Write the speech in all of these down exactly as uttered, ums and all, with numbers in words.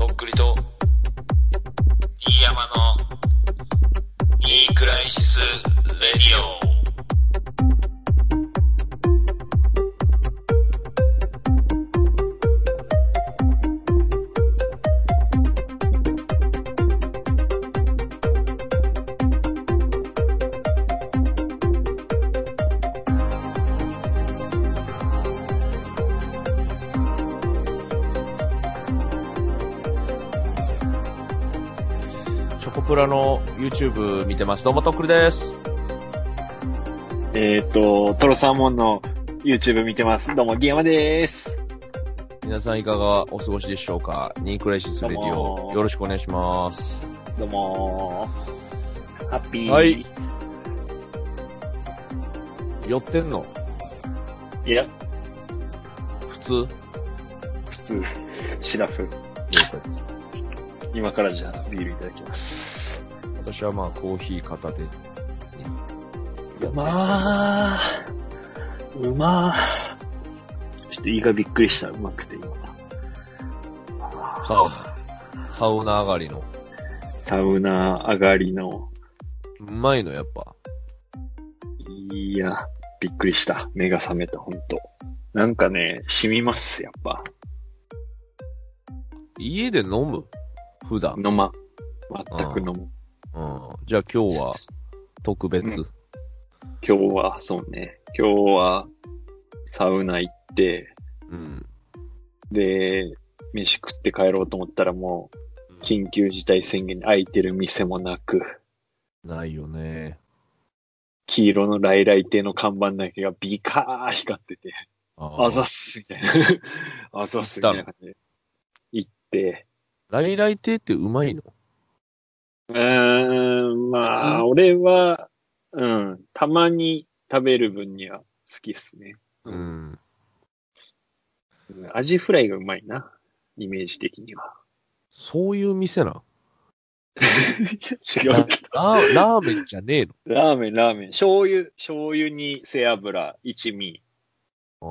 とっくりと、飯山の、いいクライシス・レディオ。 チョコプラの YouTube 見てます。どうもとっくりです。 えーっと、トロサーモンの YouTube 見てます。どうも、ギヤマでーす。 皆さんいかがお過ごしでしょうか。ニークライシスレディオ、よろしくお願いします。 どうもー。ハッピー。 はい。酔ってんの？ いや、 普通？ 普通。シラフ。今からじゃあ、ビールいただきます。 私はまあ、コーヒー片手に。 うまー。うまー。ちょっと胃がびっくりした。うまくて今。 サウナ。サウナ上がりの。 サウナ上がりの。 うまいの、やっぱ。 いや、びっくりした。目が覚めた、ほんと。なんかね、染みます、やっぱ。 家で飲む？普段。 飲ま。全く飲む。 うん。じゃあ今日は特別、うん、 今日は、そうね。今日は、サウナ行って、 うん。 で、飯食って帰ろうと思ったらもう、緊急事態宣言で開いてる店もなく。 ないよね。 黄色の来来亭の看板だけがビカー光ってて、あざっす、みたいな。あざっす、みたいな感じで。行って。 来来亭ってうまいの？ うーん、まあ、俺は、うん、たまに食べる分には好きっすね。 うん。 うん、アジフライがうまいな、イメージ的には。 そういう店な。 違うけどラ。ラーメンじゃねえの？ ラーメン、ラーメン。醤油、醤油に背脂、一味。 うん。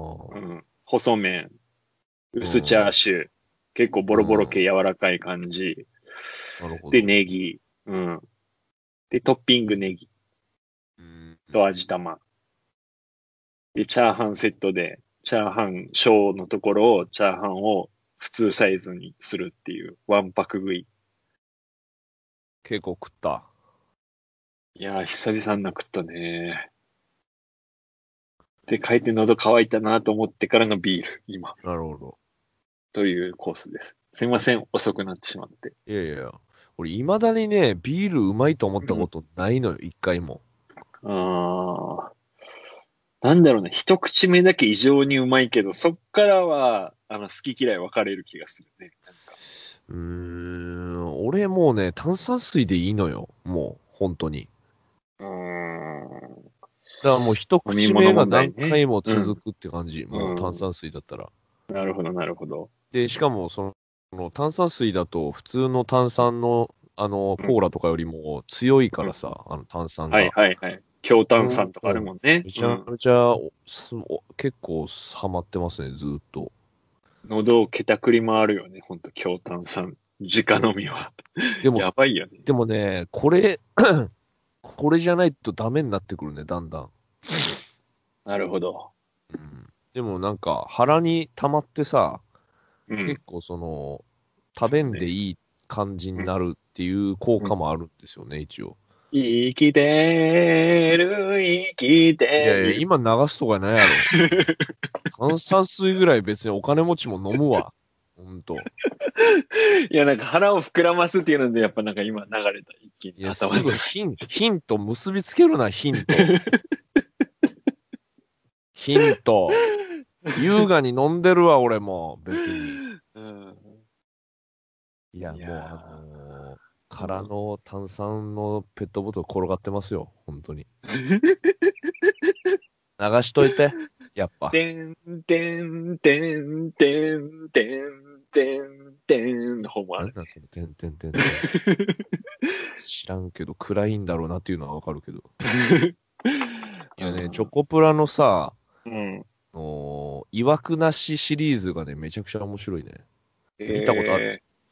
細麺、薄チャーシュー。結構ボロボロ系柔らかい感じ。 なるほど。 で、ネギ。うん。で、トッピングネギ。 うん。 と味玉。で、チャーハンセットで、チャーハン小のところを、チャーハンを普通サイズにするっていう、ワンパク食い。 結構食った。 いやー、久々にな食ったね。で、帰って喉乾いたなと思ってからのビール、今。 なるほど。 というコースです。すいません、遅くなってしまって。 いやいや、俺未だにね、ビールうまいと思ったことないのよ、一、うん、回も。 あー。なんだろうね、一口目だけ異常にうまいけど、そっからは、あの、好き嫌い分かれる気がするね。なんかうーん、俺もうね、炭酸水でいいのよ。もう、本当に。 うーん。 だからもう一口目が何回も続くって感じ。ね、うん、もう炭酸水だったら、 うん。なるほど、なるほど。 で、しかもその、炭酸水だと普通の炭酸の、あの、コーラとかよりも強いからさ、うん、あの炭酸が。 はいはいはい。強炭酸とかあるもんね。 めちゃめちゃ、うん、結構ハマってますね、ずーっと。 喉をけたくり回るよね、ほんと強炭酸。直飲みは。でも、やばいよね。 でもね、これ、これじゃないとダメになってくるね、だんだん。 なるほど。 うん、でもなんか腹に溜まってさ、 うん、 結構その食べんでいい感じになるっていう効果もあるんですよね、うん、一応。 生きてる、生きてる。 いやいや、今流すとかないやろ。炭酸水ぐらい別にお金持ちも飲むわ。ほんと。 いや、なんか腹を膨らますっていうので、やっぱなんか今流れた一気に。 いや、すぐヒン、ヒント結びつけるな、ヒント。ヒント。優雅に飲んでるわ、俺も。別に。うん、いや、いやもう、あのー、空の炭酸のペットボトル転がってますよ。本当に。流しといて。やっぱ。 てんてんてんてんてんてんてんの方もある。 なんだそのてんてんてんてん。知らんけど、暗いんだろうなっていうのはわかるけど。いやね、チョコプラのさ、 うん、 の、いわくなしシリーズがね、めちゃくちゃ面白いね。えー、見たことある？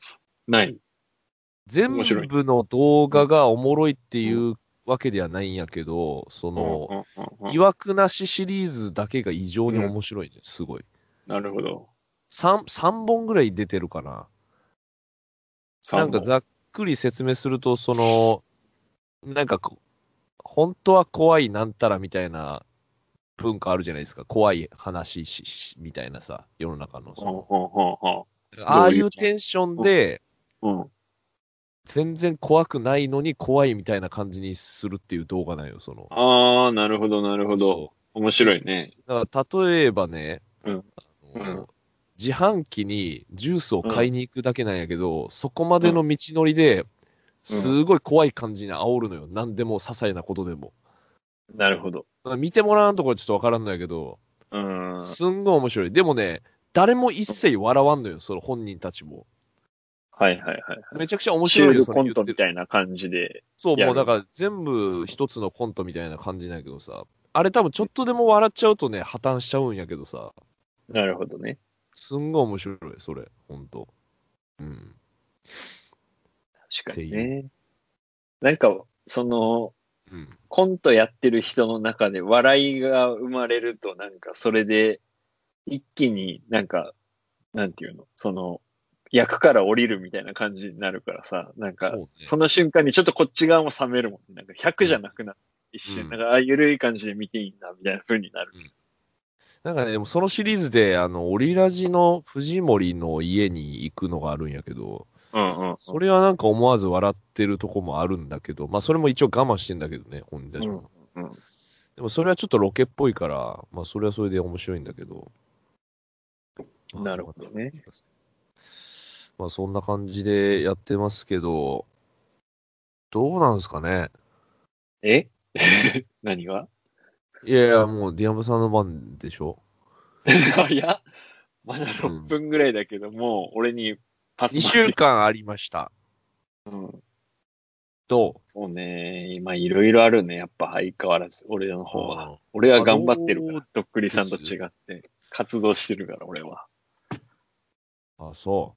ない。 全部の動画がおもろいっていうわけではないんやけど、その、いわくなしシリーズだけが異常に面白いね、すごい。 なるほど。 3、三本ぐらい出てるかな。なんかざっくり説明すると、その、なんかこ、本当は怖いなんたらみたいな文化あるじゃないですか。怖い話しみたいなさ、世の中のその。ああいうテンションで、 うんうん、 全然怖くないのに怖いみたいな感じにするっていう動画なんよ、その。 ああ、なるほど、なるほど。面白いね。 だから例えばね、 うんあの、うん、自販機にジュースを買いに行くだけなんやけど、うん、そこまでの道のりで、すごい怖い感じに煽るのよ。何でも、些細なことでも。 なるほど。 見てもらわんところはちょっとわからんのやけど、 うん、 すんごい面白い。でもね、誰も一切笑わんのよ、その本人たちも。 はいはいはい、はい。 めちゃくちゃ面白いよ、 シールドコントみたいな感じで。 そう、もうだから全部一つのコントみたいな感じなんやけどさ。あれ多分ちょっとでも笑っちゃうとね、破綻しちゃうんやけどさ。 なるほどね。 すんごい面白い、それ、ほんと。うん。 確かにね。なんか、その、 うん、 コントやってる人の中で笑いが生まれると、なんかそれで、一気になんか、なんていうの、その、役から降りるみたいな感じになるからさ、なんか、そ,、ね、その瞬間にちょっとこっち側も冷めるもんね。なんかひゃくじゃなくなって、うん、一瞬、なんか、あ、緩い感じで見ていいんだ、みたいな風になる。うん、 なんかね、でもそのシリーズで、あの、オリラジの藤森の家に行くのがあるんやけど、 うんうんうん、 それはなんか思わず笑ってるとこもあるんだけど、まあそれも一応我慢してんだけどね、本人たちも。うんうん、でもそれはちょっとロケっぽいから、まあそれはそれで面白いんだけど。 なるほどね。 まあそんな感じでやってますけど、どうなんですかね。 え何がいやいや、もうディアムさんの番でしょ。 いや、まだろっぷんぐらいだけど、うん、もう俺にパスにしゅうかんありました。 うん。 どうそうね。今いろいろあるね。やっぱ相変わらず、俺の方は。俺は頑張ってるから、とっくりさんと違って。活動してるから、俺は。 あ、そう。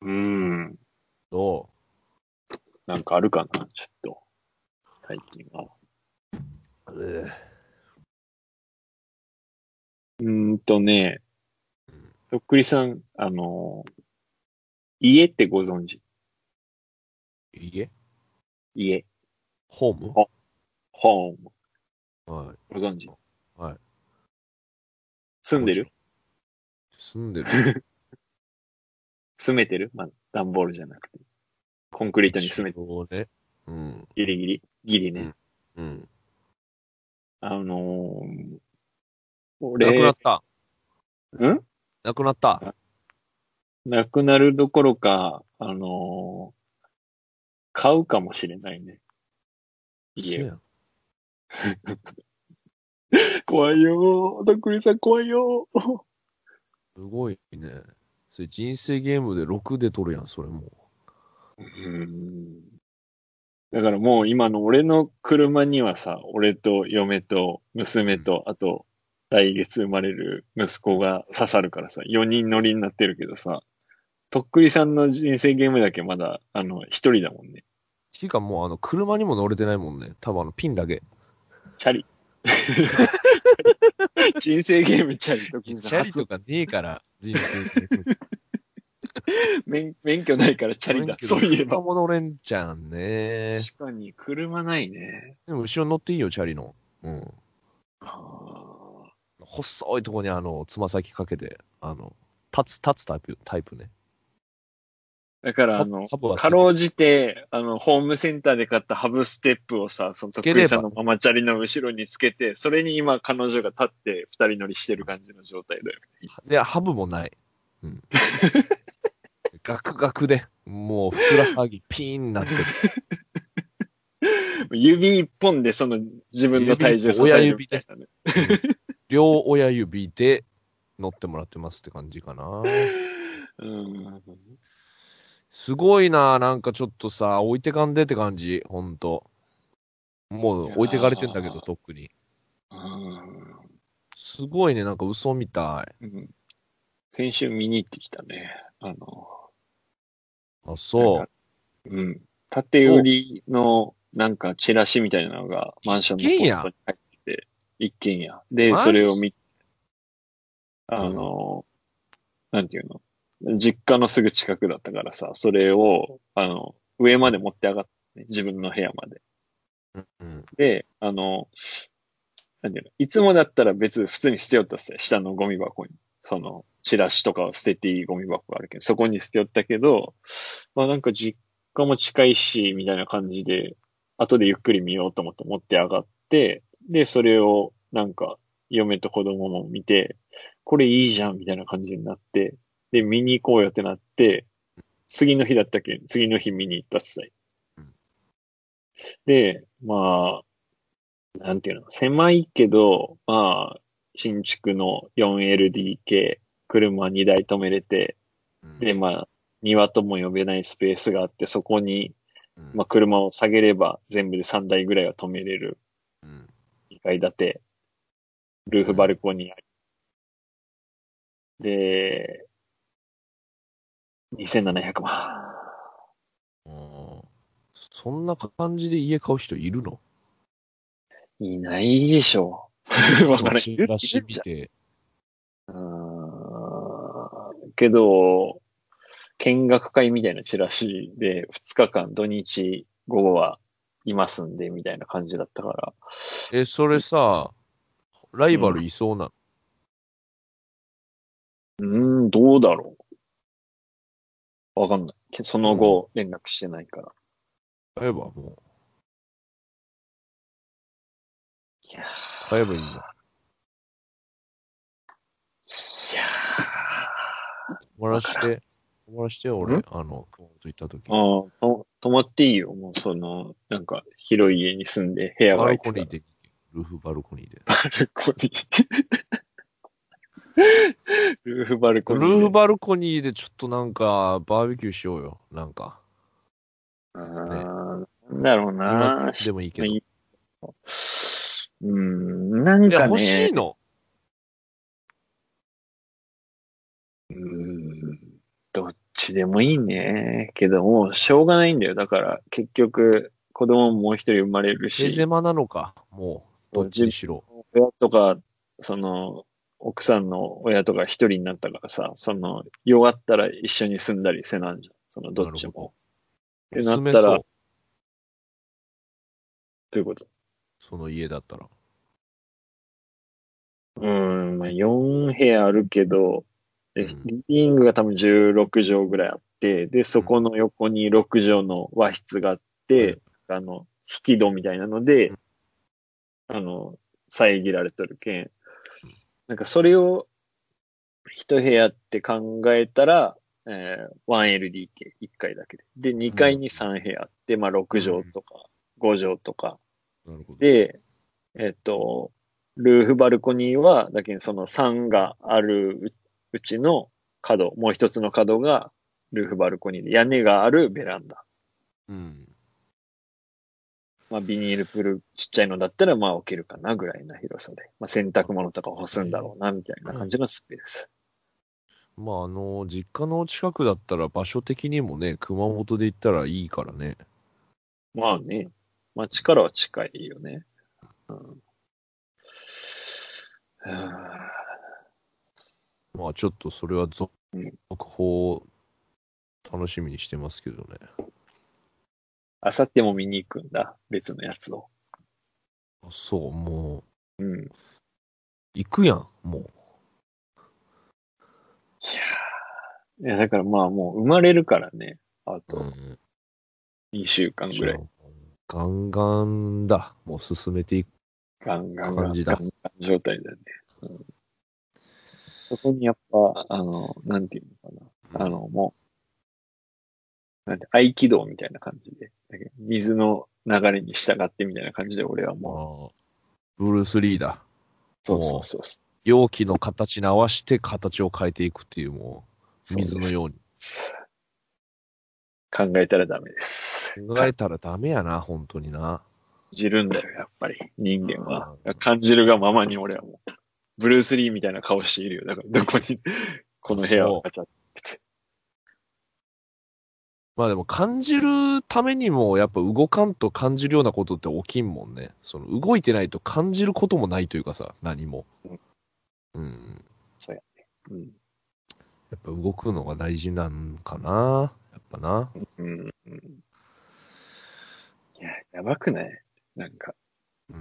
うーん。 どうなんかあるかなちょっと。最近は。 うーんとね、とっくりさん、あのー、家ってご存知？ 家家。 ホームホホーム。 はい。 ご存知？ はい。 住んでる？ 住んでる。 住めてる？まあ、段ボールじゃなくて。コンクリートに住めてる。ね。うん。 ギリギリギリね。 うん。うん、 あのー、俺。 なくなった。 んなくなった。 なくなるどころか、あのー、買うかもしれないね。家を。怖いよー。とっくりさん怖いよー。 すごいね。それ人生ゲームでろくで取るやん、それもう。うんだからもう今の俺の車にはさ、俺と嫁と娘と、うん、あと来月生まれる息子が刺さるからさ、よにん乗りになってるけどさ、とっくりさんの人生ゲームだけまだ、あの、一人だもんね。 ていうかもうあの、車にも乗れてないもんね。多分あの、ピンだけ。 チャリ。人生ゲームチャリとチャリとかねえから、人生ゲーム。 免免許ないからチャリだ。そういえば。 車も乗れんじゃんね。 確かに、車ないね。 でも後ろ乗っていいよ、チャリの。うん。は細いとこにあの、つま先かけて、あの、立つ、立つタイプ、タイプね。 だから、あの、かろうじて、あの、ホームセンターで買ったハブステップをさ、そのとっくりさんのママチャリの後ろにつけて、それに今彼女が立って二人乗りしてる感じの状態だよね。 で、ハブもない。うん。ガクガクで、もうふくらはぎピーンなってる。 指一本でその自分の体重支えるみたいなね。 両親指で乗ってもらってますって感じかな。 うんすごいな、なんかちょっとさ、置いてかんでって感じ、ほんと。もう置いてかれてんだけど、とっくに。すごいね、なんか嘘みたい。 うん、先週見に行ってきたね。あの、 あ、そうん。縦売りの、なんか、チラシみたいなのが、マンションのポストに入ってて、一軒家。で、 マジそれを見、あうんの、なんていうの、実家のすぐ近くだったからさ、それを、あの、上まで持って上がって、ね、自分の部屋まで。 う。うん。 で、あの、なんていうの、いつもだったら別、普通に捨てよったっすよ。下のゴミ箱に。その、チラシとかを捨てていいゴミ箱があるけど、そこに捨てよったけど、まあなんか実家も近いし、みたいな感じで、後でゆっくり見ようと思って持って上がって、で、それをなんか、嫁と子供も見て、これいいじゃん、みたいな感じになって、で、見に行こうよってなって、次の日だったっけ次の日見に行ったっすね。で、まあ、なんていうの、狭いけど、まあ、新築の よんエルディーケー、車にだい止めれて、 うんで、まあ、庭とも呼べないスペースがあって、そこに、 うんまあ、車を下げれば全部でさんだいぐらいは止めれるうんにかい建て、ルーフバルコニーあり。で、にせんななひゃくまうん。そんな感じで家買う人いるの？ ん。いないでしょう。わからん。いる、 チラシいるんじ見て。 ゃん。うーんけど、見学会みたいなチラシでふつかかん土日午後はいますんで、みたいな感じだったから。 え、それさ、ライバルうん。 いそうなうーん、どうだろう。わかんない。そのの？ 後連絡してないから。 買えばもいやう、買えばいいじゃん。 ー、いや泊まー、わからん。 らして、泊まらしてよ、 ん俺、あの、熊本行った時。 ああ、と、泊まっていいよ。もうその、なんか、広い家に住んで部屋がバル空いてたら。 コニーで、ルーフバルコニーで。 バルコニー。ルーフバルコルニーで。 ーフバルコニーでちょっとなんか、バーベキューしようよ。なんか。 あね。 あ、なんだろう今な。 でもいいけど。 うん、なんいや、欲かね、 しいの。 うん、どっちでもいいね。けどもうしょうがないんだよ。だから結局子供ももう一人生まれるし、 手狭なのか。もう、どっち自分にしろ。 の親とか、その奥さんの親とか一人になったからさ、その弱ったら一緒に住んだりせなんじゃん。そのどっなるほど。 ちも。ってなったら、 住めそう。 どういうこと？ その家だったら。 うん、まあ、よん部屋あるけど、でうん。 リビングが多分じゅうろく畳ぐらいあって、で、そうん。 この横にろく畳の和室があっはい。 て、あの、引き戸みたいなので、あの、遮られとるけん。なんかそれを一部屋って考えたら、えー、ワンエルディーケー、いっかいだけで。で、 うん。 にかいにさん部屋あって、まあろく畳うん。 とかご畳とか。 なるほど。 で、えっと、ルーフバルコニーは、だけどそのさんがあるううちの角、もう一つの角がルーフバルコニーで、屋根があるベランダ。 うん。 まあビニールプールちっちゃいのだったらまあ置けるかなぐらいな広さで。まあ洗濯物とか干すんだろうなみたいな感じのスペース。 まあ、あの、実家の近くだったら場所的にもね、熊本で行ったらいいからね。 まあね、街からは近いよね。うん。はまあ、ちょっとそれは続あうん報を楽しみにしてますけどね。 あさっても見に行くんだ。別のやつを。 そう、もうん。いう、行くやん、もやー、いやだからまあもう生まれるからね。あう。うとん。 にしゅうかんじゃあ、 ぐらい。 ガンガンだ。もう進めていくガンガンガン、 感じだ。 ガンガン状態だよね。うん、そこにやっぱ、あの、なんていうのかな。あうん。 の、もう、なんて、合気道みたいな感じで。だけど水の流れに従ってみたいな感じで俺はもう、 ああ、ブルース・リーだ。 そうそうもそうそう、容器の形に合わせて形を変えていくっていう、もう、 う。そうです。 水のように。 考えたらダメです。感考えたらダメやな、本当にな。 じるんだよ、やっぱり。人間は。 ああ、 感じるがままに俺はもう、ブルース・リーみたいな顔しているよ。だから、どこに、この部屋はそガチャって。 まあでも感じるためにも、やっぱ動かんと感じるようなことって起きんもんね。その動いてないと感じることもないというかさ、何も。うん。 そうやね。うん。 やっぱ動くのが大事なんかな。やっぱな。 うん。うん。いや、やばくないなんか、 うん。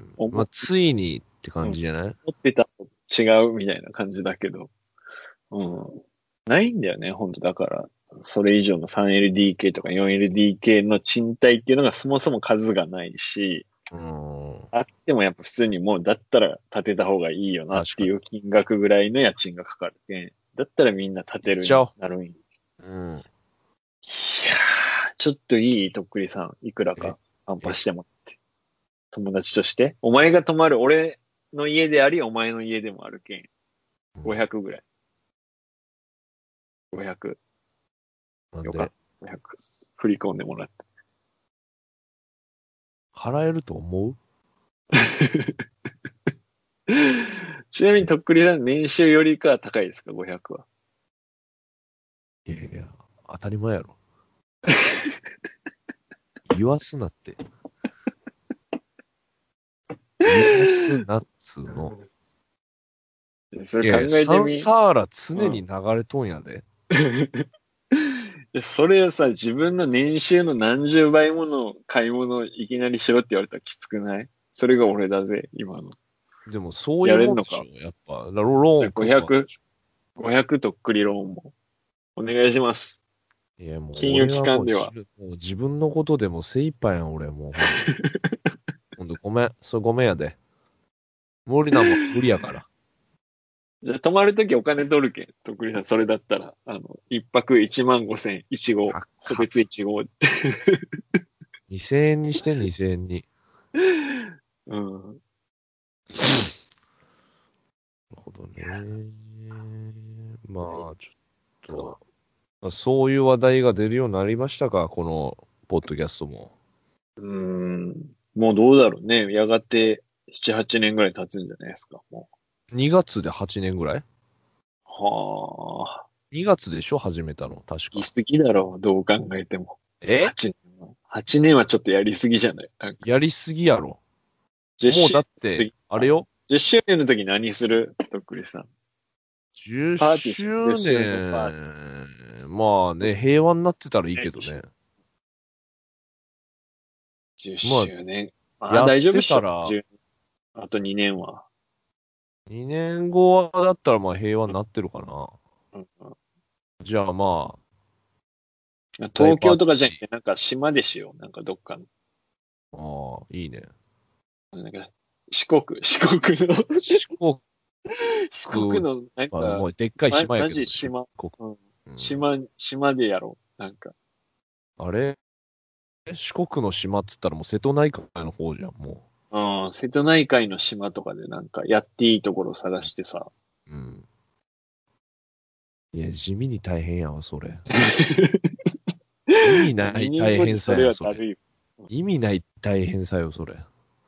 ま思あ、ついにってうん感じじゃない？ 思ってたと違うみたいな感じだけど。うん。ないんだよね、本当だから。それ以上の スリーエルディーケー とか フォーエルディーケー の賃貸っていうのがそもそも数がないし、 うん。 あってもやっぱ普通にもうだったら建てた方がいいよなってい確かに。 う金額ぐらいの家賃がかかるけん。だったらみんな建てるに行っちゃおう。 なるんよ。いうん。 やー、ちょっといいとっくりさん、いくらえ、 かアンパえ、 してもらって。友達として。お前が泊まる俺の家であり、お前の家でもあるけん。 うん、 ごひゃくぐらい。ごひゃく。 なんで、 よかった。ごひゃく。振り込んでもらって。 払えると思う？ ちなみにとっくりさん、年収よりかは高いですか ?ごひゃく は。 いやいや、当たり前やろ。言わすなって。言わすなっつうの。 それ考いやいや、サンえてみ。 サーラ常にうん。 流れとんやで。 でそれをさ、自分の年収の何十倍もの買い物をいきなりしろって言われたらきつくない？それが俺だぜ、今の。 でもそういやれんのかうもんでしょ。やっぱ、ロローン組むわけで ?ごひゃく、 しょ。 ごひゃくとっくりローンも。お願いします。 いや、もう金融機俺はもう関では。 自分、もう自分のことでもう精一杯やん、俺もうほんと。ほんとごめん。それごめんやで。無理なもん、無理やから。 じゃあ泊まるときお金取るけん。とっくりさん、それだったら、あの、一泊一万五千、一号、個高っ。 別一号。 にせんえんにしてにせんえんに。 うん。 なるほどね。まあ、ちょっと、まあそういう話題が出るようになりましたか、このポッドキャストも。 うーん。もうどうだろうね。やがて、なな、はちねんぐらい経つんじゃないですか、もにがつではちねんぐらい？ う。はあ。 に 月でしょ始めたの、確か。 言い過ぎだろう、どう考えても。 えはちねんは。はちねんはちょっとやりすぎじゃないなんかやりすぎやろ。 ?じゅっもうだ周って年の時、、 あれよ。 じゅっ周年の時何するとっくりさん。 10 パーティーしよう。10 周周年パーテ年、まあね、平和になってたらいいけどね。 ィー。10 まあ、 周年。まあやっ大丈夫っしょ。 てたら、 じゅうあとにねんは。 にねんごだったらまあ平和になってるかな。 うんうんじゃあまあ、 東京とかじゃなく大て、なんか島でしよう。なんかどっかの。 パーティー、ああ、いいね。 なんか四国、四国の四国、 四国の、なんまあ、もか、 うでっかいま、マ島やけど、四ジ島。 国。 うん。 うん、 島、島でやろう。なんか。 あれ四国の島っつったらもう瀬戸内海の方じゃん、もうん、瀬戸内海の島とかでなんかやっていいところ探してさ。 う。うん。いや、地味に大変やわ、それ。意味ない 2年大後にそれ変さや、それ。 はだるいよ。 意味ない大変さよ、それ。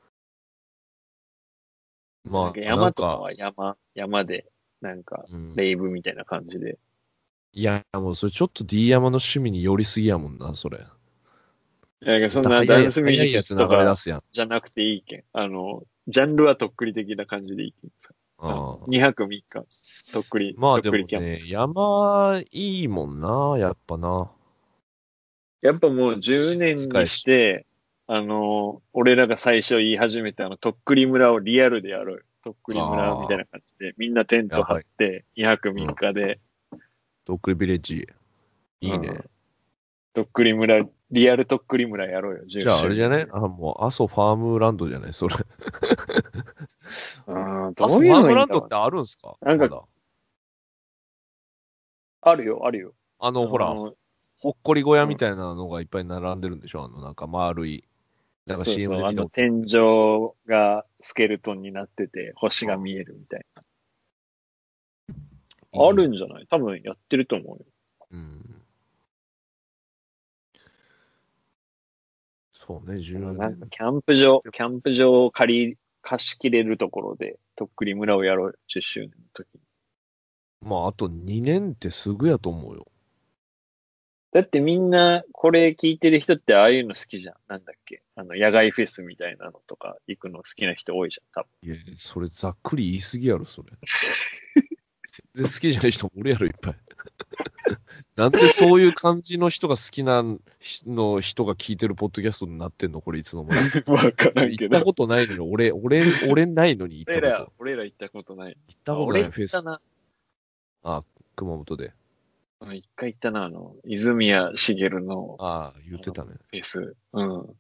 なんかまあ、なんか、 山とかは山、山で、なんか、 うん。 レイブみたいな感じで。 いや、もうそれちょっと D 山の趣味に寄りすぎやもんな、それ。 なんかそんな早い、 ダンスミュージッ早いやつ流クとかれ出すやん。 じゃなくていいけん。あの、ジャンルはとっくり的な感じでいいけんさ。あの、 ああ。 にはくみっか、とっくり、 まあでとっくりキャンプ。 もね、山いいもんな、やっぱな。 やっぱもうじゅうねんに静かやし。 して、あの、俺らが最初言い始めたあの、とっくり村をリアルでやろうよ。とっくり村みたいあな感じで、みんなテンあ、 ト張っやばい。 て、にはくうん。 みっかで、 とっくりビレッジ。いいね。 うん、とっくり村、リアルとっくり村やろうよ、10 じゃああれじゃ周年で。 ねあ、もう、阿蘇ファームランドじゃないそれ。 うん、 阿どういう蘇ファームのがいいんだろランドってあるんすかう。なんか、 まだ。 あるよ、あるよ。 あの、ほら、 あの、 ほっこり小屋うん、 みたいなのがいっぱい並んでるんでしょあの、なんか丸い。なんかそうシーエムそう、 で見たあの、 ことある。 天井がスケルトンになってて、星が見えるみたいな。あいいね。 るんじゃない？多分やってると思うよ。 うん。そうね、10 あの、なんか年。 キャンプ場、キャンプ場を借り、貸し切れるところで、とっくり村をやろうよ、じゅっしゅうねんの時に。 まあ、あとにねんってすぐやと思うよ。 だってみんな、これ聞いてる人ってああいうの好きじゃん。なんだっけ。あの、野外フェスみたいなのとか行くの好きな人多いじゃん、多分。 いや、それざっくり言い過ぎやろ、それ。全然好きじゃない人もおるやろ、いっぱい。なんでそういう感じの人が好きなの人が聞いてるポッドキャストになってんのこれいつの間に。 わからんけど。 行ったことないのに、俺、俺、俺ないのに行った俺らこと。、 俺ら行ったことない。 行ったことない、フェス。 俺行ったな。 あ、熊本で。 うん一回行ったな、あの、泉谷しげるのああ、言ってたね。 フェス。うん。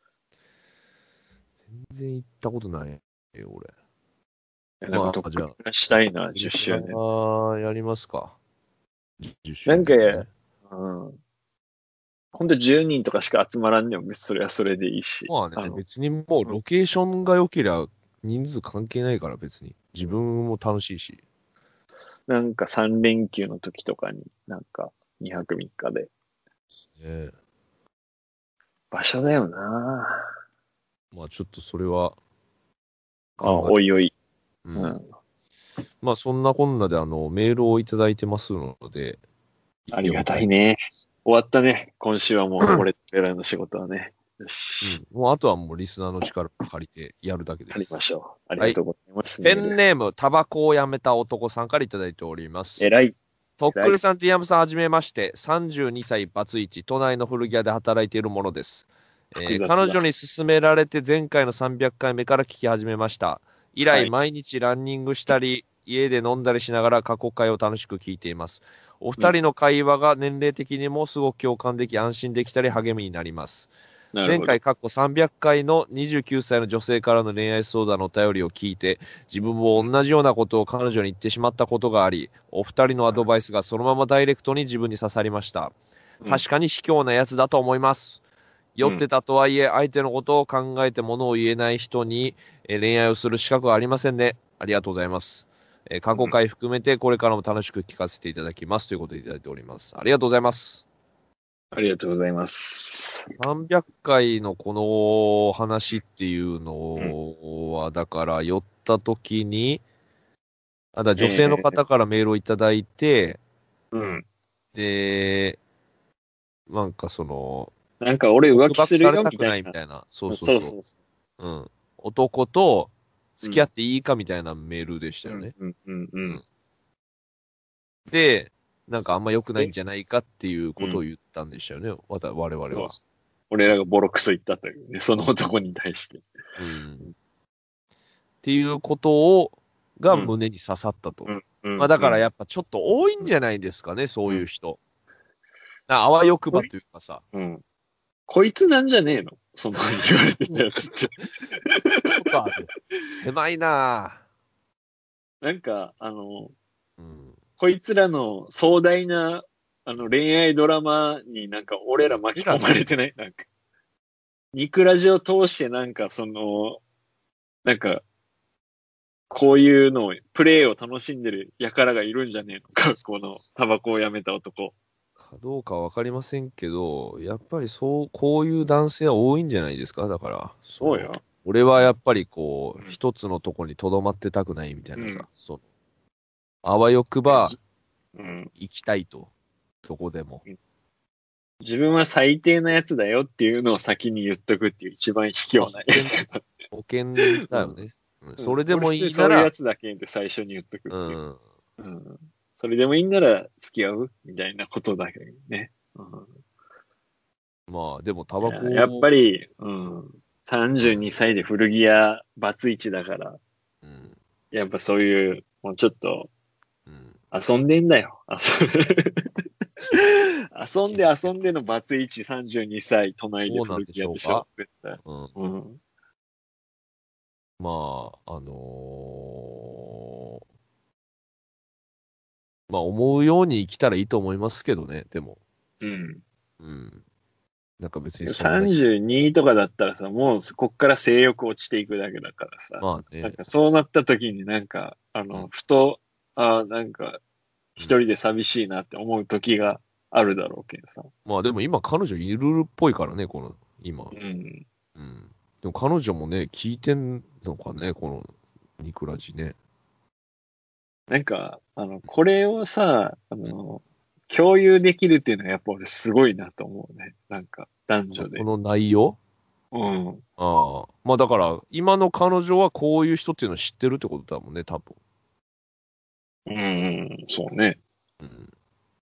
全然行ったことないよ、俺。 なんかまあ、じゃ特したいな、じゅっしゅうねん。 ああ、やりますか。じゅっしゅうなんねん、 か、うん。ほんとじゅうにんとかしか集まらんでも別にそれはそれでいいし。 まあね、 あの別にもうロケーションが良ければ人数関係ないから別に。自分も楽しいし。 なんかさん連休の時とかに、なんかにはくみっかで。 ね、 場所だよな。 まあちょっとそれは。 あ、おいおい。 う。 うんん。 まあそんなこんなであのメールをいただいてますので。 ありがたいね。終わったね。今週はもう俺らの仕事はね。よし。 うん。もうあとはもうリスナーの力を借りてやるだけです。 やりましょう。ありがとうございます。 ペンネーム、タバコをやめた男さんからいただいております。 えらい。 とっくりさん、ティアムさん、はじめまして。さんじゅうにさい、バツイチ、都内の古着屋で働いているものです。えー、彼女に勧められて前回のさんびゃっかいめから聞き始めました。以来、はい、毎日ランニングしたり、家で飲んだりしながら過去回を楽しく聞いています。お二人の会話が年齢的にもすごく共感でき、安心できたり励みになります。前回過去さんびゃっかいのにじゅうきゅうさいの女性からの恋愛相談のお便りを聞いて、自分も同じようなことを彼女に言ってしまったことがあり、お二人のアドバイスがそのままダイレクトに自分に刺さりました。確かに卑怯なやつだと思います。酔ってたとはいえ、相手のことを考えて物を言えない人に恋愛をする資格はありませんね。ありがとうございます。過去回含めてこれからも楽しく聞かせていただきますということでいただいております。ありがとうございます。 ありがとうございます。 さんびゃっかいのこの話っていうのは、うん、だから酔った時に、あだ女性の方からメールをいただいて、 えー、うん。 で、なんかその、 なんか俺浮気するよみたいな。そうそうそう。そうそうそう。うん。男と付き合っていいかみたいなメールでしたよね。 うんうんうん、うん。 で、なんかあんま良くないんじゃないかっていうことを言ったんでしたよね、うん、我々は。そうそう俺らがボロクソ言ったというね、その男に対して。 うん。っていうことを、が胸に刺さったと。うんうん、まあだからやっぱちょっと多いんじゃないですかね、そういう人。あわよくばというかさ。 うん。こいつなんじゃねえのそんなに言われてたやつって。 狭いなぁ。なんか、あの、うん、こいつらの壮大なあの恋愛ドラマになんか俺ら巻き込まれてないなんか。ニクラジを通してなんかその、なんか、こういうのを、プレイを楽しんでる輩がいるんじゃねえのか、このタバコをやめた男。 かどうかわかりませんけど、やっぱりそう、こういう男性は多いんじゃないですか、だから。 そうよ。 俺はやっぱりこう、うん、一つのとこに留まってたくないみたいなさ、うん、そう。あわよくば、うん、行きたいと、そこでも。 自分は最低なやつだよっていうのを先に言っとくっていう一番卑怯なやつ。 保険だよね。うん、それでもいいなら。 そういうやつだけって最初に言っとくっていう。うんうん、それでもいいなら付き合うみたいなことだけどね。うん、 まあ、でもタバコやっぱり、うん、さんじゅうにさいで古着屋バツイチだから、うん、やっぱそういう、もうちょっと、うん、遊んでんだよ。遊んで遊んでのバツイチさんじゅうにさい都内で古着屋でしょ。絶対。うんうん、 まあ、あのー、まあ思うように生きたらいいと思いますけどね、でも。うん。うん。なんか別にそんな。さんじゅうにとかだったらさ、もうこっから性欲落ちていくだけだからさ。まあね。なんかそうなった時になんか、あの、うん、ふと、あなんか、一人で寂しいなって思う時があるだろうけどさ。 まあでも今彼女いるっぽいからね、この、今。うん。うん。でも彼女もね、聞いてんのかね、この、ニクラジね。 なんか、あの、これをさ、あの、 共有できるっていうのはやっぱ俺すごいなと思うね。なんか、男女で。 この内容うん。 ああ。まあだから、今の彼女はこういう人っていうのを知ってるってことだもんね、多分。 うん、うん、そうね。 うん。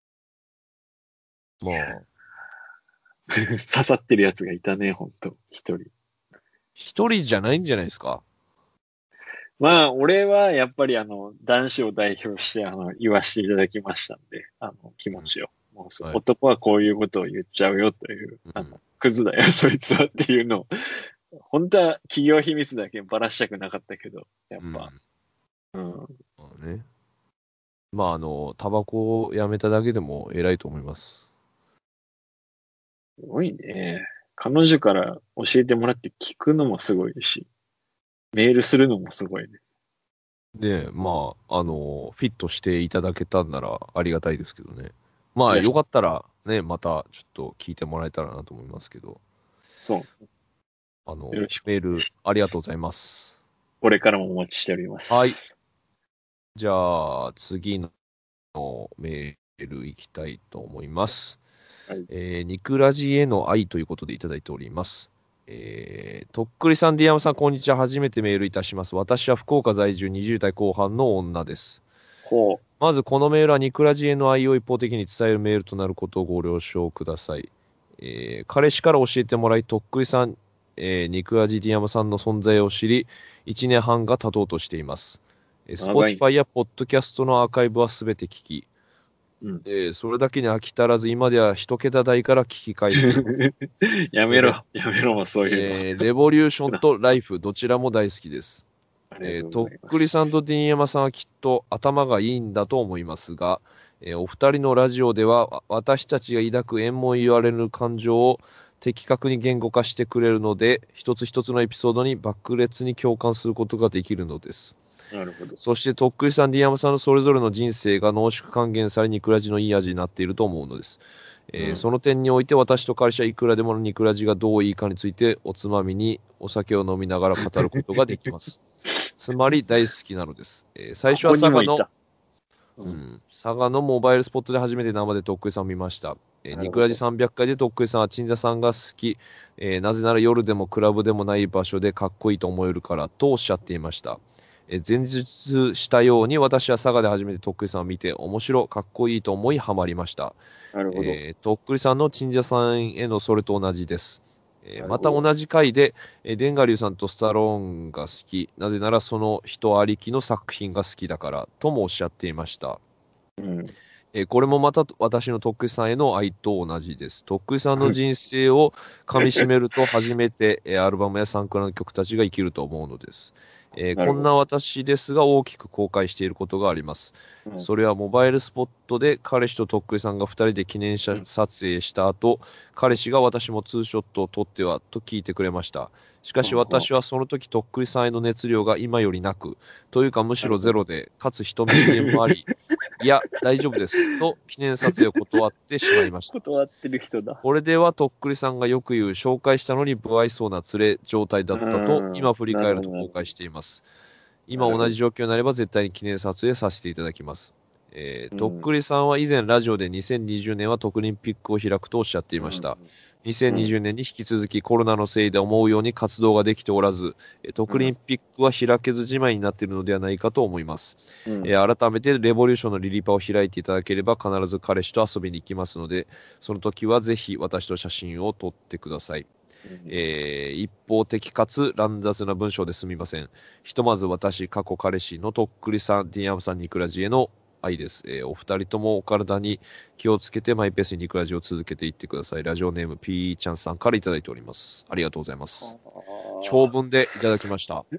まあ、 刺さってるやつがいたね、ほんと。一人。 一人じゃないんじゃないですか。 まあ、俺はやっぱりあの、男子を代表してあの、言わせていただきましたんで、あの、気持ちを。もうそうはい男はこういうことを言っちゃうよという、あうんの、クズだよ、そいつはっていうのを、本当は企業秘密だけばらしたくなかったけど、やっうん。 ぱ、うん。 まあね。まあ、あの、タバコをやめただけでも偉いと思います。 すごいね。彼女から教えてもらって聞くのもすごいし、メールするのもすごいね。 で、まあ、あの、フィットしていただけたんならありがたいですけどね。まあ、 いやよかったらね、またちょっと聞いてもらえたらなと思いますけど、 そう。 あの、 よろしく。 メールありがとうございます。 これからもお待ちしております。 はい。じゃあ、次のメールいきたいと思います。 はいえー、ニクラジへの愛ということでいただいております。えー、とっくりさん、ディアムさん、こんにちは。初めてメールいたします。私は福岡在住にじゅう代後半の女です。 ほう。 まず、このメールはニクラジへの愛を一方的に伝えるメールとなることをご了承ください。えー、彼氏から教えてもらい、とっくりさん、えー、ニクラジディアムさんの存在を知り、いちねんはんが経とうとしています。えー、 長いね Spotify や Podcast のアーカイブはすべて聞き、 うん。 えーそれだけに飽き足らず、今では一桁台から聞き返しています。 やめろ、やめろもそういうの。 えーレボリューションとライフ、どちらも大好きです。 ありえーとっがとうございます。 くりさんとディーンヤマさんはきっと頭がいいんだと思いますが、えーお二人のラジオではわ私たちが抱く縁も言われる感情を的確に言語化してくれるので、一つ一つのエピソードに爆裂に共感することができるのです。 なるほど。 そしてとっくりさん、ディーヤマさんのそれぞれの人生が濃縮還元され、ニクラジのいい味になっていると思うのです。えーうんその点において私と彼氏はいくらでもニクラジがどういいかについておつまみにお酒を飲みながら語ることができます。つまり大好きなのです。えー最初は佐賀のここにもいた、 ううんん、佐賀のモバイルスポットで初めて生でとっくりさんを見ました。えーなるほどニクラジさんびゃっかいでとっくりさんは鎮座さんが好き、えーなぜなら夜でもクラブでもない場所でかっこいいと思えるからとおっしゃっていました。えー前述したように私は佐賀で初めてとっくりさんを見て面白かっこいいと思いハマりました。 なるほど。 えーとっくりさんの鎮座さんへのそれと同じです。えーなるほどまた同じ回で、えーデンガリュウさんとスタローンが好き、なぜならその人ありきの作品が好きだからともおっしゃっていました。 うん。 えーこれもまた私のとっくりさんへの愛と同じです。とっくりさんの人生をかみしめると初めて、えーアルバムやサンクラの曲たちが生きると思うのです。えーなるほどこんな私ですが大きく後悔していることがあります。 うんそれはモバイルスポットで彼氏ととっくりさんがふたりで記念写撮影した後、彼氏が私もツーショットを撮ってはと聞いてくれました。しかしうんうん私はその時とっくりさんへの熱量が今よりなく、というかむしろゼロで、かつ人見知りもあり、いや、大丈夫ですと記念撮影を断ってしまいました。 断ってる人だ。 これではとっくりさんがよく言う紹介したのに不愛想な連れ状態だったとうん今振り返るとなるほど後悔しています。今同じ状況になれば絶対に記念撮影させていただきます。えーうんとっくりさんは以前ラジオでにせんにじゅうねんは特リンピックを開くとおっしゃっていました。にせんにじゅうねんに引き続きコロナのせいで思うように活動ができておらず、えー特リンピックは開けずじまいになっているのではないかと思います。 うんえー改めてレボリューションのリリパを開いていただければ必ず彼氏と遊びに行きますので、その時はぜひ私と写真を撮ってください。えー一方的かつ乱雑な文章ですみません。ひとまず私、過去彼氏のとっくりさん、ディアムさん、ニクラジへの愛です。えーお二人ともお体に気をつけてマイペースにニクラジを続けていってください。ラジオネーム P ちゃんさんからいただいております。ありがとうございます。長文でいただきました。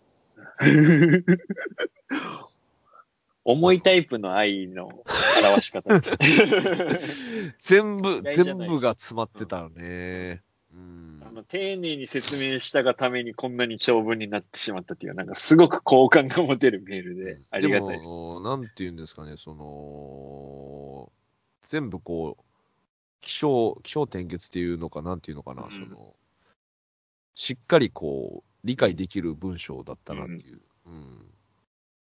重いタイプの愛の表し方。 全部、 意外じゃ全ない部が詰まってたよね。うんあの丁寧に説明したがためにこんなに長文になってしまったっていう、なんかすごく好感が持てるメールで、ありがたいです。 でも、なんて言うんですかね、その、全部こう、気象、気象転結っていうのか、なんていうのかな、 うんその、しっかりこう、理解できる文章だったなっていう。うん。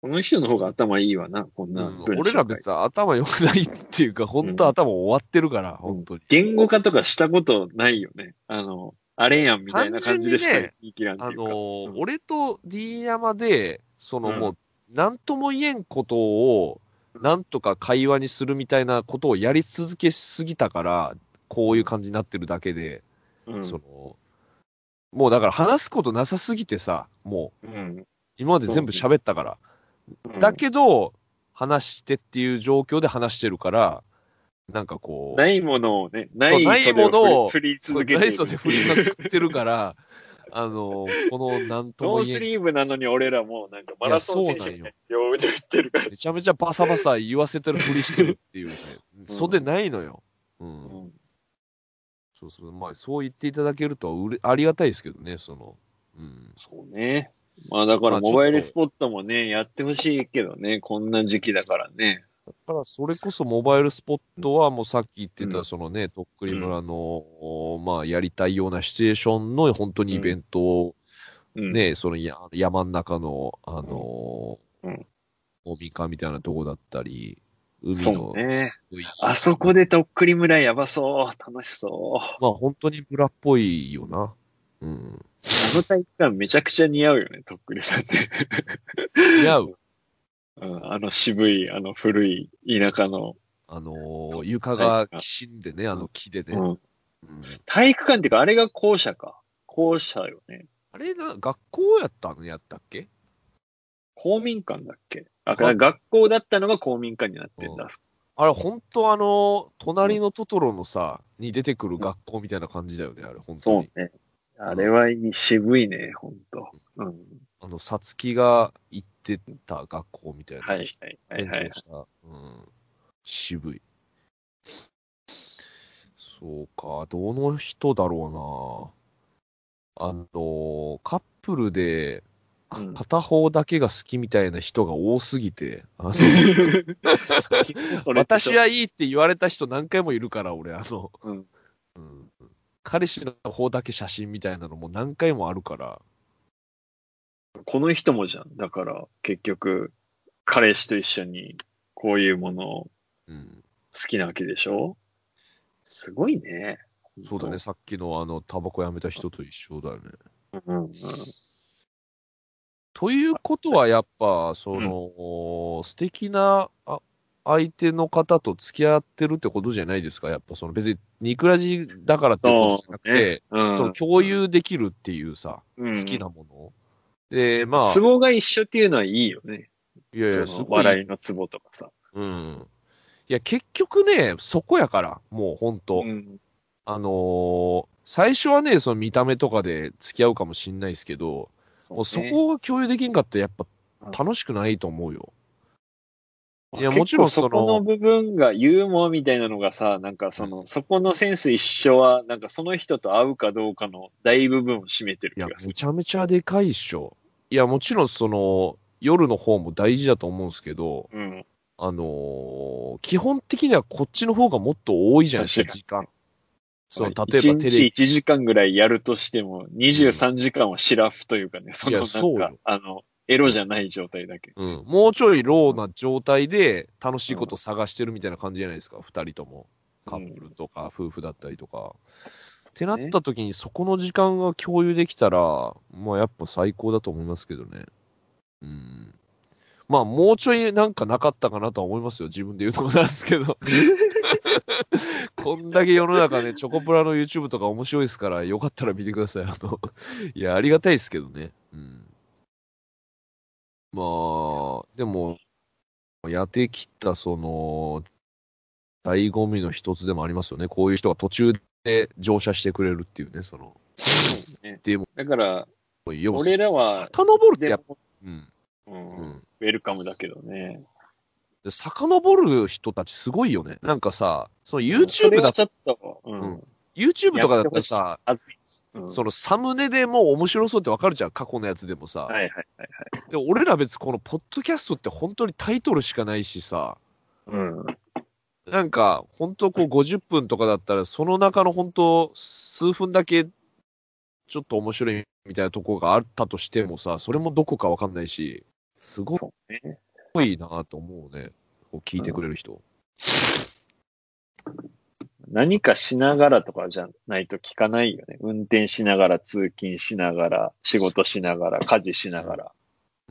この人の方が頭いいわな、こんなうん文章。 俺ら別に頭良くないっていうか、本当頭終わってるから、本当に。 言語化とかしたことないよね。あの、あれやんみたいな感じでしか単純にね言い切らんってあいうか。 のーうん俺と D 山で、そのうんもう、なんとも言えんことを、なんとか会話にするみたいなことをやり続けすぎたから、こういう感じになってるだけで、 うんその、もうだから話すことなさすぎてさ、もう、 うん今まで全部喋ったから。 うんだけど、話してっていう状況で話してるから、なんかこう、 ないものをね、なそうないい袖ものをを振り振り続けている。 ない袖振りまくってるから、あの、このなんともノー言えん、 スリーブなのに俺らもなんかマラソン選手みたいに両腕振ってるから。 めちゃめちゃバサバサ言わせてるふりしてるっていうね。袖ないのよ。うん。 うんそうそう。まあ、そう言っていただけるとうれありがたいですけどね、その。うん。 そうね。まあだからまあちょっとモバイルスポットもね、やってほしいけどね、こんな時期だからね。 だからそれこそモバイルスポットはもうさっき言ってうんたそのね、とっくり村の、まあやりたいようなシチュエーションの本当にイベントをうん。 ね、そのや山の中の、あのうんうん飲み会みたいなとこだったり、海そのうね。 すごいあそこでとっくり村やばそう。楽しそまあ本当に村っぽいよな。うん。 う。あの体育館めちゃくちゃ似合うよね、とっくりさんって。 似合う。 うん、あの渋い、あの古い田舎の。 あのー床がきしんでね、あの木でね。 うん。 うん体育館っていうか、あれが校舎か。校舎よね。 あれな、学校やったのやったっけ公民館だっけあ、 か学校だったのが公民館になってんだ。 あれ、本当あの、隣のトトロのさ、に出てくる学校みたいな感じだよね、あれ、本当に。 そうね。あれは渋いね、ほんと。うん。 あの、さつきが行ってた学校みたいな。 はいはいはいはい転校。した。うん。渋い。そうか、どの人だろうな。あの、カップルで、 うん片方だけが好きみたいな人が多すぎて、あのそれって私はいいって言われた人何回もいるから、俺、あの、 うん。 うん、彼氏の方だけ写真みたいなのも何回もあるから、 この人もじゃん。だから、結局、彼氏と一緒にこういうものをうん、 好きなわけでしょすごいね。 そうだね、さっきのあの、タバコやめた人と一緒だよね。 うんうん。 ということは、やっぱ、その、素敵なあ相手の方と付き合ってるってことじゃないですか。やっぱ、その別に、ニクラジだからっていうことじゃなくて、 そうねうんその共有できるっていうさ、 うん好きなもの。で、まあ、 ツボが一緒っていうのはいいよね。 いやいや、 そのすごい。 笑いのツボとかさ。 うん。いや、結局ね、そこやから、もう本当、 うん。 あのー最初はね、その見た目とかで付き合うかもしんないですけど、もうそねこが共有できんかったらやっぱ楽しくないと思うよ。いや結構もちろんそのそこの部分がユーモアみたいなのがさ、なんかその、そこのセンス一緒は、なんかその人と会うかどうかの大部分を占めてるいや、 気がする。 めちゃめちゃでかいっしょ。いや、もちろんその、夜の方も大事だと思うんですけど、 うん。 あのー基本的にはこっちの方がもっと多いじゃないですか、時間。その、例えばテ一レビ。 日いちじかんぐらいやるとしても、にじゅうさんじかんはシラフというかね、そのいやそうなんかよ、 あの、エロじゃない状態だけ。 うん。もうちょいローな状態で楽しいこと探してるみたいな感じじゃないですか、二人とも。カップルとか夫婦だったりとか。ってなった時にそこの時間が共有できたら、まあやっぱ最高だと思いますけどね。うん。まあもうちょいなんかなかったかなとは思いますよ。自分で言うのもなんですけど。こんだけ世の中ね、チョコプラの YouTube とか面白いですから、よかったら見てください。あの、いや、ありがたいですけどね。うん。まあ、でも、やってきたその、醍醐味の一つでもありますよね。こういう人が途中で乗車してくれるっていうね、その。 ねでも、 だから、 いや俺らは、 遡るってやっぱ、うん。 うんうん。 ウェルカムだけどね。 で遡る人たちすごいよね。なんかさ、そのそ YouTube だと、 れはちょっと、ううんん。 YouTube とかだったらさ、 やってほしいうんそのサムネでもう面白そうってわかるじゃん、過去のやつでもさ。 はいはいはいはい。 でも俺ら別にこのポッドキャストって本当にタイトルしかないしさ、 うん。 なんか本当こうごじゅっぷんとかだったらその中の本当数分だけちょっと面白いみたいなところがあったとしてもさ、それもどこかわかんないし、 すごそうね。 いなと思うね。こう聞いてくれる人。 何かしながらとかじゃないと聞かないよね。運転しながら、通勤しながら、仕事しながら、家事しながら。 うん。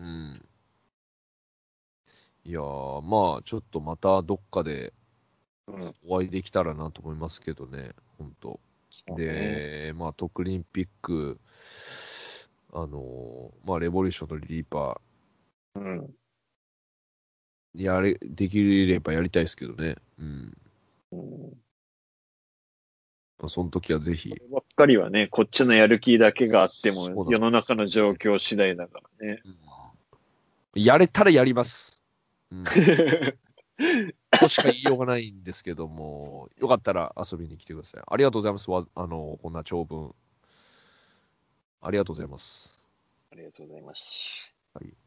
いやー、まあ、ちょっとまたどっかでうん。 お会いできたらなと思いますけどね、ほんと。 そうね。 で、まあ、特リンピック、あのーまあ、レボリューションのリーパうん。 ー、やれ、できればやりたいですけどね。うん。 うんまあ、その時はぜひ。 こればっかりはね、こっちのやる気だけがあってそうだも、世の中の状況次第だからね。 うんやれたらやります。うん。としか言いようがないんですけども、よかったら遊びに来てください。ありがとうございます。わあの、こんな長文。ありがとうございます。 ありがとうございます。 はい。